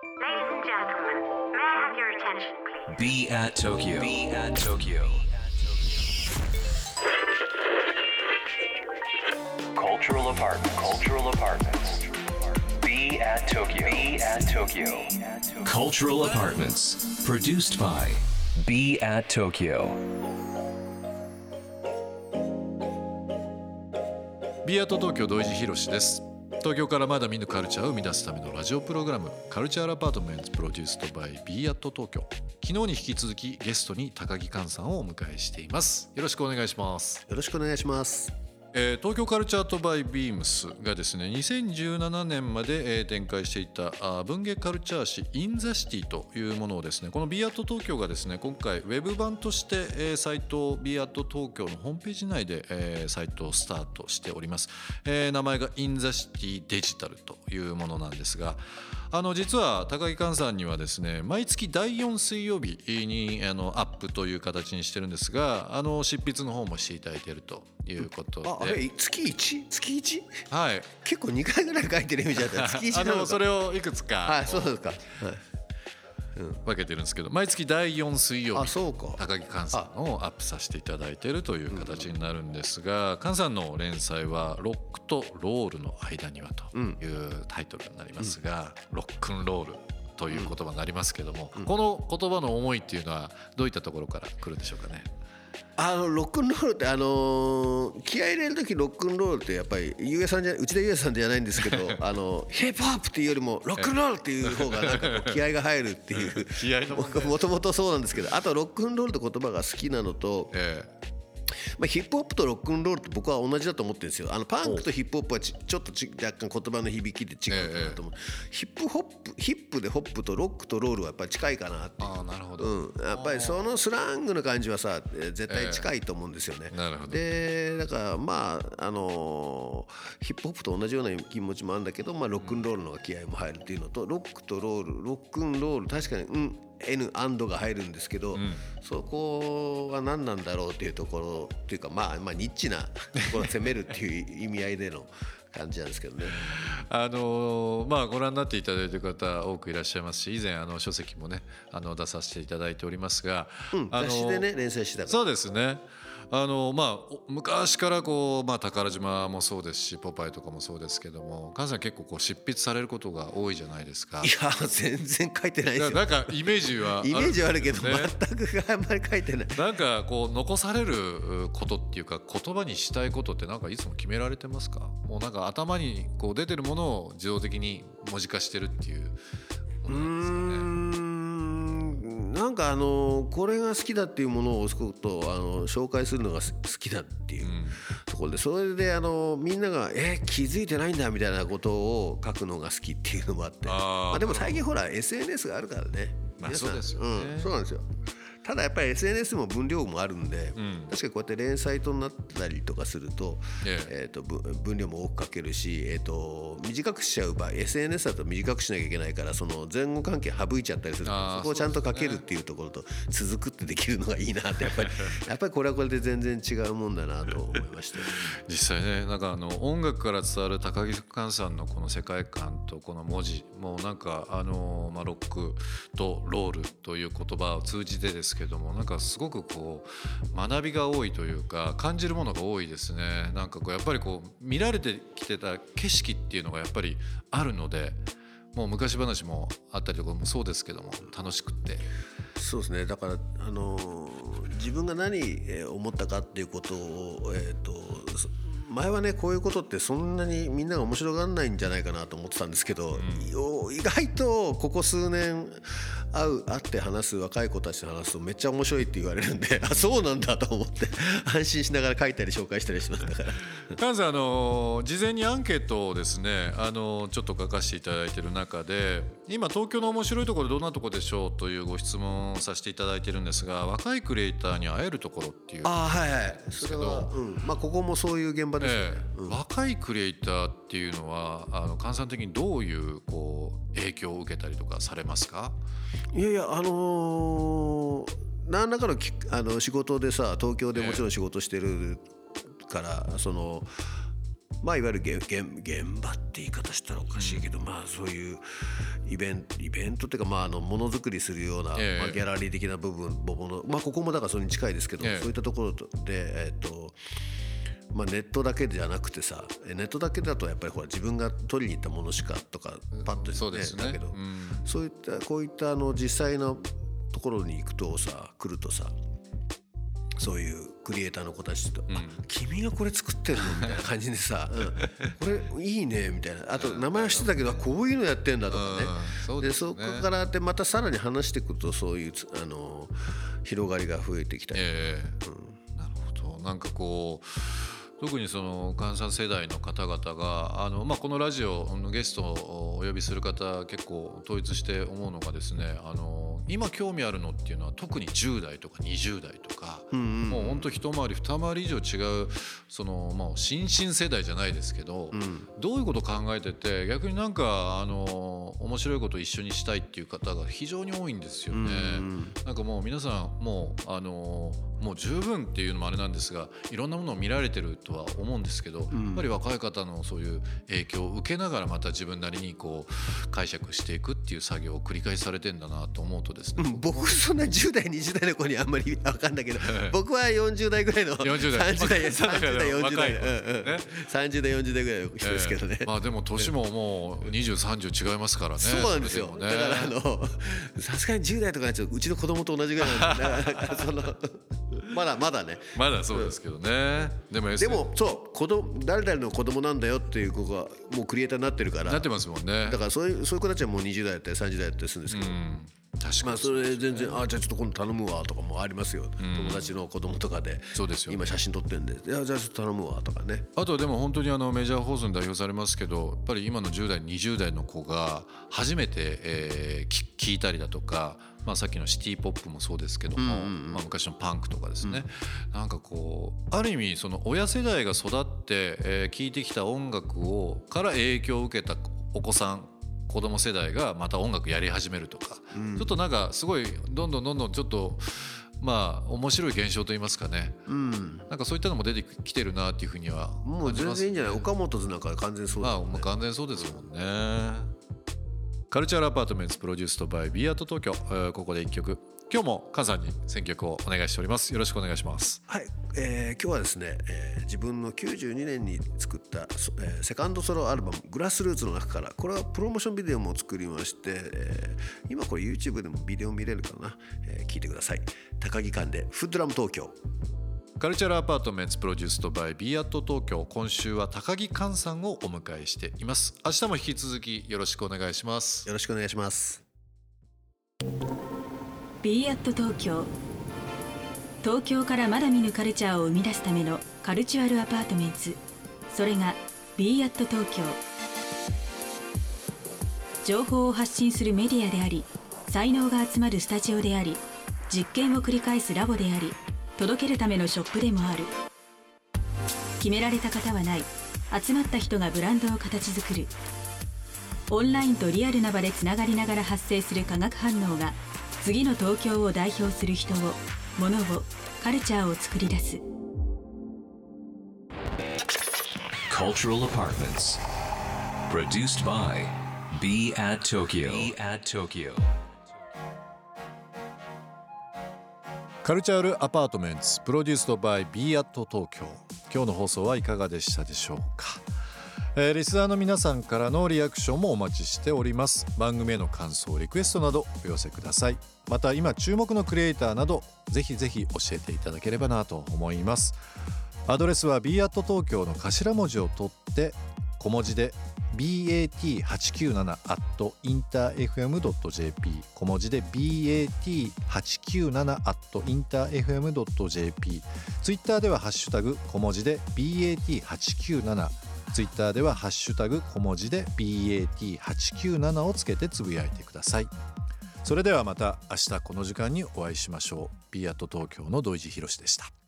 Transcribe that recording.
Ladies and gentlemen, may I have your attention, please? Be at Tokyo. Be at Tokyo. Cultural apartments. Cultural apartments. Be at Tokyo. Be at Tokyo. Cultural apartments. Produced by Be at Tokyo. Be at Tokyo土井地博です。東京からまだ見ぬカルチャーを生み出すためのラジオプログラムカルチャーアパートメントプロデュースドバイ Be at Tokyo。昨日に引き続きゲストに高木寛さんをお迎えしています。よろしくお願いします。 よろしくお願いします。 東京カルチャートバイビームスがですね2017年まで展開していた文芸カルチャー誌インザシティというものをですねこの Be at Tokyo がですね今回ウェブ版としてサイト Be at Tokyo のホームページ内でサイトをスタートしております。名前がインザシティデジタルというものなんですが実は高木寛さんにはですね毎月第4水曜日にアップという形にしてるんですが執筆の方もしていただいているということで月 1？ 月 1？ はい、 結構2回ぐらい書いてるイメージだったら月1なのかそれをいくつかそうですか、 分けてるんですけど毎月第4水曜日そうか高木寛さんをアップさせていただいているという形になるんですが寛さんの連載はロックとロールの間にはというタイトルになりますが、ロックンロールという言葉になりますけども、この言葉の思いっていうのはどういったところから来るんでしょうかね。 ロックンロールって気合い入れる時ロックンロールってやっぱり内田裕也さんじゃないんですけどヒップホップっていうよりもロックンロールっていう方がなんかこう気合が入るっていう気合のもともとそうなんですけどあとロックンロールって言葉が好きなのと、ヒップホップとロックンロールって僕は同じだと思ってるんですよ。パンクとヒップホップはちょっと若干言葉の響きで違うかなと思う、ヒップでホップとロックとロールはやっぱり近いかなっていう。 なるほど、 やっぱりそのスラングの感じはさ絶対近いと思うんですよね、 なるほど。 でだからヒップホップと同じような気持ちもあるんだけど、ロックンロールの方が気合も入るっていうのとロックとロックンロール確かにN& が入るんですけど、そこは何なんだろうっていうところっていうかニッチなところを攻めるっていう意味合いでの感じなんですけどね。 ご覧になっていただいている方多くいらっしゃいますし以前書籍もね出させていただいておりますが、 雑誌でね連載してたから。 そうですね。昔から宝島もそうですしポパイとかもそうですけども菅さん結構執筆されることが多いじゃないですか。 いや全然書いてないですよ。 なんかイメージはあるけど、全くあんまり書いてない。 なんか残されることっていうか言葉にしたいことってなんかいつも決められてますか。もうなんか頭に出てるものを自動的に文字化してるっていうものなんですかね。 なんかこれが好きだっていうものをすごくと紹介するのが好きだっていうところで、それでみんなが気づいてないんだみたいなことを書くのが好きっていうのもあって、でも最近ほら SNS があるからね。 そうですよね。 そうなんですよ。ただやっぱり SNS も分量もあるんで、確かにこうやって連載となったりとかすると、分量も多く書けるし、短くしちゃう場合 SNS だと短くしなきゃいけないからその前後関係省いちゃったりするとそこをちゃんと書けるっていうところと続くってできるのがいいなってやっぱりこれはこれで全然違うもんだなと思いました。 実際ねなんか音楽から伝わる高木寛さんのこの世界観とこの文字もなんかロックとロールという言葉を通じてですけどもなんかすごく学びが多いというか感じるものが多いですね。なんかやっぱり見られてきてた景色っていうのがやっぱりあるのでもう昔話もあったりとかもそうですけども楽しくってそうですね。だから自分が何思ったかっていうことを前はねこういうことってそんなにみんなが面白がらないんじゃないかなと思ってたんですけど、意外とここ数年会って話す若い子たちと話すとめっちゃ面白いって言われるんでそうなんだと思って安心しながら書いたり紹介したりします。だから菅さん事前にアンケートをですねちょっと書かせていただいている中で今東京の面白いところどんなところでしょうというご質問をさせていただいているんですが若いクリエイターに会えるところっていうそれは、ここもそういう現場ですよね。 若いクリエイターっていうのは菅さん的にどういう影響を受けたりとかされますか。 いや何らかの仕事でさ東京でもちろん仕事してるからまあいわゆる現場って言い方したらおかしいけど、まあそういうイベントっていうか、まあものづくりするような、まあ、ギャラリー的な部分まあここもだからそれに近いですけど、そういったところでまあ、ネットだけじゃなくてさ、ネットだけだとやっぱりほら自分が取りに行ったものしかとかパッと、 そうですね、 だけど、そういったこういった実際のところに行くとさ、来るとさ、そういうクリエイターの子たちと、君がこれ作ってるのみたいな感じでさ、これいいねみたいな、あと名前は知ってたけどこういうのやってんだとかね、でそこからってまたさらに話していくとそういう広がりが増えてきたり、 なるほど。なんかこう特にその関西世代の方々がまあ、このラジオのゲストをお呼びする方結構統一して思うのがですね、今興味あるのっていうのは特に10代とか20代とか、もうほんと一回り二回り以上違うその、まあ、新進世代じゃないですけど、どういうことを考えてて逆になんか面白いことを一緒にしたいっていう方が非常に多いんですよね。なんかもう皆さんもう十分っていうのもあれなんですが、いろんなものを見られてるとは思うんですけど、やっぱり若い方のそういう影響を受けながらまた自分なりにこう解釈していくっていう作業を繰り返しされてんだなと思うとですね、 僕そんな10代20代の子にあんまり分かんないけど、僕は40代ぐらいの 40代 30代40代、30代40代ぐらいの人ですけどね、 まあでも年ももう20、30違いますからね。 そうなんですよ、だからさすがに10代とかになっちゃう、うちの子供と同じぐらいなんでまだね、 まだそうですけどね、でもそう誰々の子供なんだよっていう子がもうクリエイターになってるからなってますもんね。 だからそういう子たちはもう20代やったり30代やったりするんですけど、 確かにまあそれ全然じゃあちょっと今度頼むわとかもありますよ、友達の子供とかで、 そうですよ、 今写真撮ってるんで、いやじゃあちょっと頼むわとかね。 あとはでも本当にメジャー放送に代表されますけど、やっぱり今の10代20代の子が初めて、聞いたりだとか、まあ、さっきのシティポップもそうですけども、まあ、昔のパンクとかですね、なんかこうある意味その親世代が育って、聴いてきた音楽から影響を受けたお子さん子供世代がまた音楽やり始めるとか、ちょっとなんかすごいどんどんちょっとまあ面白い現象といいますかね、なんかそういったのも出てきてるなっていうふうにはもう全然いいんじゃない、岡本図なんか完全そうだもんね。 まあ完全そうですもんね。カルチャーアパートメントプロデュースドバイ Be Art Tokyo、ここで1曲、今日も菅さんに選曲をお願いしております。よろしくお願いします。 はい、今日はですね、自分の92年に作った、セカンドソロアルバムグラスルーツの中から、これはプロモーションビデオも作りまして、今これ YouTube でもビデオ見れるかな、聞いてください。高木館でフッドラム東京。カルチャーアパートメントプロデュースドバイ Be Art Tokyo、今週は高木寛さんをお迎えしています。明日も引き続きよろしくお願いします。 よろしくお願いします。 Be Art Tokyo、 東京からまだ見ぬカルチャーを生み出すためのカルチュアルアパートメント、それが Be Art Tokyo。 情報を発信するメディアであり、才能が集まるスタジオであり、実験を繰り返すラボであり、届けるためのショップでもある。決められた型はない。集まった人がブランドを形作る。オンラインとリアルな場でつながりながら発生する化学反応が、次の東京を代表する人を、物を、カルチャーを作り出す。 Cultural Apartments Produced by Be at Tokyo. Be at Tokyo. カルチャールアパートメントプロデュースドバイ Be at Tokyo。 今日の放送はいかがでしたでしょうか。リスナーの皆さんからのリアクションもお待ちしております。番組への感想リクエストなどお寄せください。また今注目のクリエイターなどぜひぜひ教えていただければなと思います。アドレスは Be at Tokyo の頭文字を取って小文字でbat897@interfm.jp、 小文字で bat897@interfm.jp。 ツイッターではハッシュタグ小文字で bat897、 ツイッターではハッシュタグ小文字で bat897 をつけてつぶやいてください。それではまた明日この時間にお会いしましょう。 Be at Tokyo の土井地博でした。